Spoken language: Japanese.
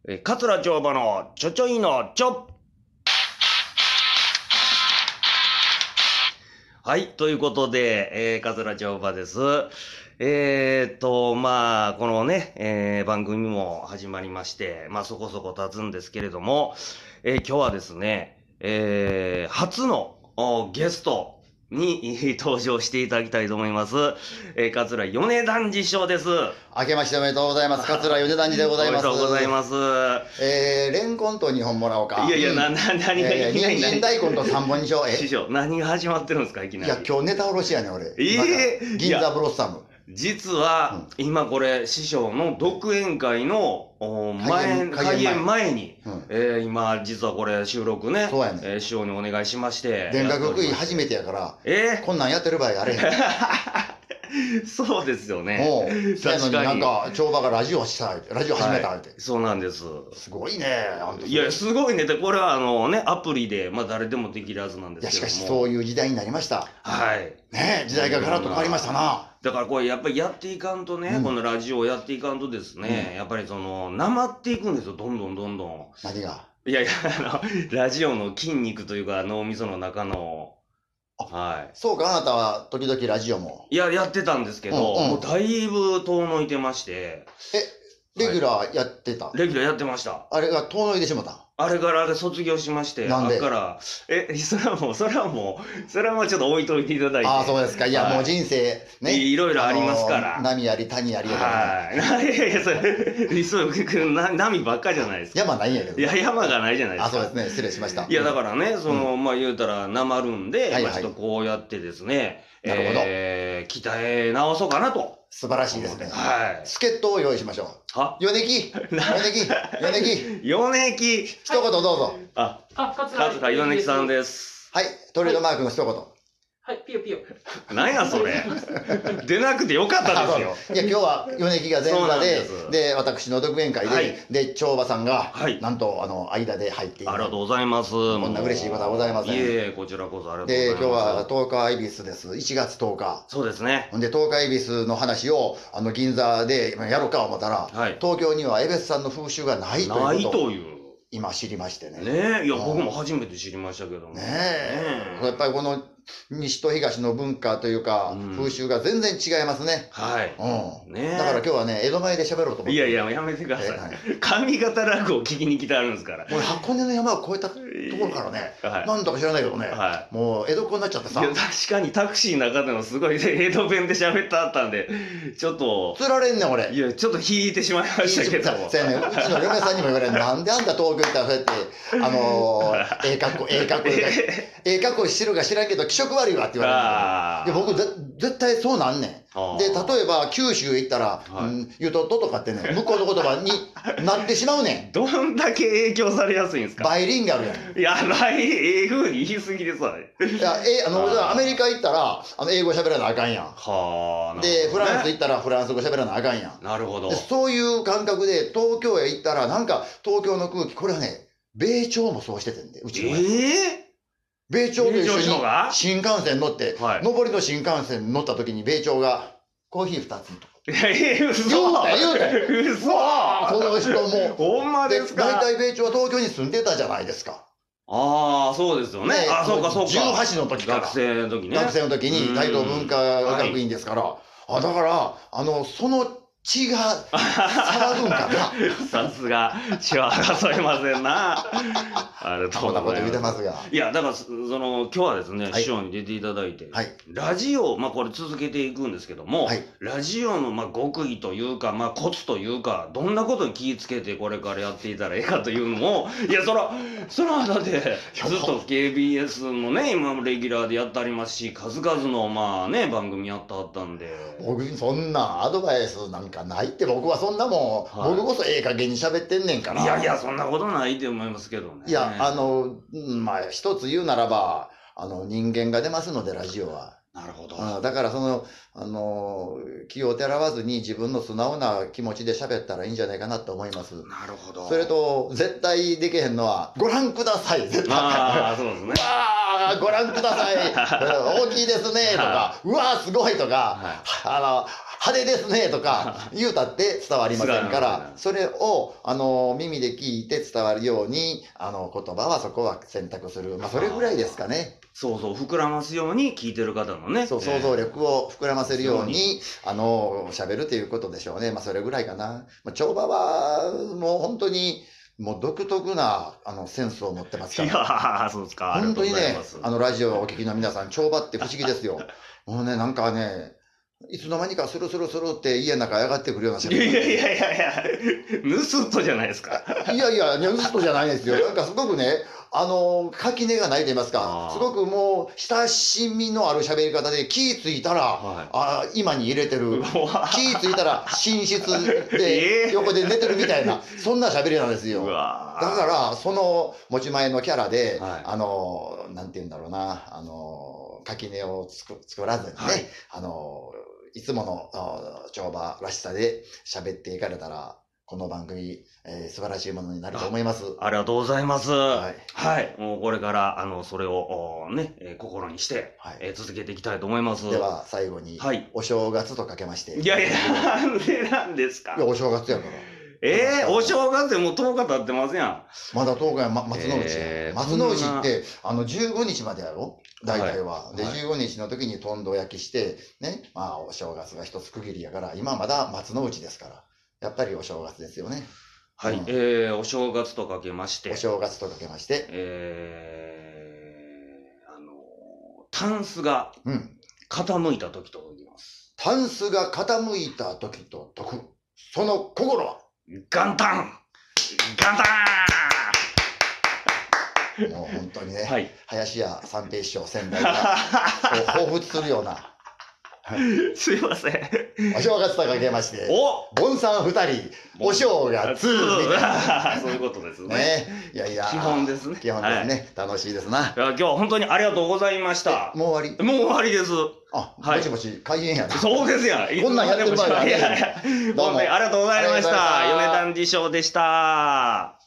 桂町場のちょちょいのちょ。はい、ということで、桂町場です。まあ、このね、番組も始まりまして、まあ、そこそこ経つんですけれども、今日はですね、初のゲストに登場していただきたいと思います。桂米團次師匠です。 明けましておめでとうございます。桂米團次でございます。 おめでとうございます。 レンコンと2本もらおうか。 いやいや、何がいきなり人参大根と3本にしよう。 師匠、何が始まってるんですか、いきなり。 いや、今日ネタおろしやねん、俺。銀座ブロッサム。 実は、今これ、師匠の独演会の開演前に、今、実はこれ収録ね、師匠にお願いしまして。 田楽食い初めてやから、こんなんやってる場合あれへん。 そうですよね。 もう、そうやのになんか、帳場がラジオ始めたって。 そうなんです。 すごいね。 いや、すごいね。で、これはアプリで、まあ誰でもできるはずなんですけども。 いや、しかしそういう時代になりました。 はい。 ね時代がガラッと変わりましたな。 だからこれやっぱりやっていかんとね、このラジオをやっていかんとですね、やっぱりなまっていくんですよ、どんどん。 何が？ いやいや、ラジオの筋肉というか脳みその中の、はい。 そうか、あなたは時々ラジオも。 いや、やってたんですけど、もうだいぶ遠のいてまして。 レギュラーやってた？ レギュラーやってました。 あれが遠のいてしまった？ あれから卒業しまして、 なんで？ だから、それはもうちょっと置いといていただいて。 ああ、そうですか。いや、もう人生、ね。 いろいろありますから。 波あり、谷あり。 はい。いやいや、波ばっかじゃないですか。 山ないんやけど。 いや、山がないじゃないですか。 あ、そうですね。失礼しました。 いや、だからね、まあ言うたら、なまるんで、ちょっとこうやってですね、 なるほど。 鍛え直そうかなと。 素晴らしいですね。 はい。 助っ人を用意しましょう。 は？ 米木。一言どうぞ。 桂米木さんです。 はい。トレードマークの一言。 はい、ピヨピヨ。 何やそれ。出なくてよかったですよ。 いや、今日は米木が前座で、私の独演会で、長馬さんが、なんと、間で入っている。 ありがとうございます。 こんな嬉しいことはございません。 いえ、こちらこそありがとうございます。 で、今日は10日恵比寿です。1月10日。 そうですね。 で、10日恵比寿の話を、銀座でやろうか思ったら、東京には恵比寿さんの風習がないということ。 ないという。 今知りましてね。 ねえ、いや、僕も初めて知りましたけども。 ねえ。やっぱりこの西と東の文化というか、風習が全然違いますね。 はい。 だから今日はね、江戸前で喋ろうと思って。 いやいや、やめてください。上方落語を聞きに来てあるんですから。 もう箱根の山を越えたところからね、なんだか知らないけどね、もう江戸っ子になっちゃってさ。 いや、確かにタクシーの中でもすごい江戸弁で喋ってあったんで、ちょっと。 釣られんねん、俺。 いや、ちょっと引いてしまいましたけど。 そうやね、うちの嫁さんにも言われる、なんであんた東京行ったらそうやって、ええ格好してるか知らんけど、気色悪いわって言われる。で僕絶対そうなんねん。で、例えば九州へ行ったら「ゆとっと」とかってね、向こうの言葉になってしまうねん。 どんだけ影響されやすいんですか？ バイリンガルやん。 いや、ええ風に言い過ぎですわね。 いや、アメリカ行ったら英語喋らなあかんやん。で、フランス行ったらフランス語喋らなあかんやん。 なるほど。 そういう感覚で東京へ行ったら、なんか東京の空気、これはね、米朝もそうしててんで、うちの米朝と一緒に新幹線乗って、上りの新幹線乗った時に米朝がコーヒー2つのとこ。 いや、 言うて嘘この人も。 ほんまですか？ 大体米朝は東京に住んでたじゃないですか。 ああ、そうですよね。あ、そうか。 18の時から。 学生の時ね。 学生の時に大東文化学院ですから。だから、その血が騒ぐんかな。 さすが血は争いませんな。あれこんなこと言うてますが。 いや、だから今日はですね、師匠に出ていただいて、ラジオ、まあこれ続けていくんですけども、ラジオの極意というか、まあコツというか、どんなことに気をつけてこれからやっていたらええかというのを、いや、そらだってずっと KBS もね、今もレギュラーでやってありますし、数々のまあね、番組やってあったんで。 僕そんなアドバイスなんかないって。僕はそんなもん、僕こそええ加減に喋ってんねんから。 いや、そんなことないと思いますけどね。 いや、まあ一つ言うならば、人間が出ますので、ラジオは。 なるほど。 だから気をてらわずに自分の素直な気持ちで喋ったらいいんじゃないかなと思います。 なるほど。 それと、絶対できへんのは、ご覧ください、絶対。 ああ、そうですね。 わー、ご覧ください。大きいですね、とか、うわー、すごいとか、 派手ですねとか言うたって伝わりませんから、それを耳で聞いて伝わるように言葉はそこは選択する、まあそれぐらいですかね。 そうそう、膨らますように聞いてる方のね、 そう、想像力を膨らませるように喋るということでしょうね。まあそれぐらいかな。帳場はもう本当にもう独特なセンスを持ってますから。 いやー、そうですか。 本当にね、ラジオをお聞きの皆さん、帳場って不思議ですよ。もうね、なんかね、いつの間にかスルスルスルって家の中上がってくるような喋り。いや、ヌスッとじゃないですか。 いや、ヌスッとじゃないですよ。なんかすごくね、垣根がないと言いますか、すごくもう親しみのある喋り方で、気ぃついたら、今に入れてる。気ぃついたら寝室で横で寝てるみたいな、そんな喋りなんですよ。だから、その持ち前のキャラで、なんて言うんだろうな、垣根を作らずにね、いつもの帳場らしさで喋っていかれたら、この番組、素晴らしいものになると思います。 ありがとうございます。はい。もうこれから、それをね、心にして、続けていきたいと思います。 では、最後に、お正月とかけまして。 いや、なんでなんですか。 いや、お正月やから。 お正月でもう10日経ってますやん。 まだ10日や、松の内や。松の内って、15日までやろ大体は。で、15日の時にとんど焼きして、ね、まあ、お正月が一つ区切りやから、今まだ松の内ですから。やっぱりお正月ですよね。 はい。お正月とかけまして。 お正月とかけまして。 タンスが傾いた時と解きます。 タンスが傾いた時と解く。その心は元旦もう本当にね、林家三平師匠先代が彷彿するような。 すいません。 お正月とかけまして、ボンさん2人、お正月みたいな。 そういうことですね。 いや、 基本ですね。 基本ですね。楽しいですな。 今日は本当にありがとうございました。 もう終わり？ もう終わりです。 もしもし、開演やな。 そうですやん。 こんなんやってる場合はね。 どうもありがとうございました。米團次賞でした。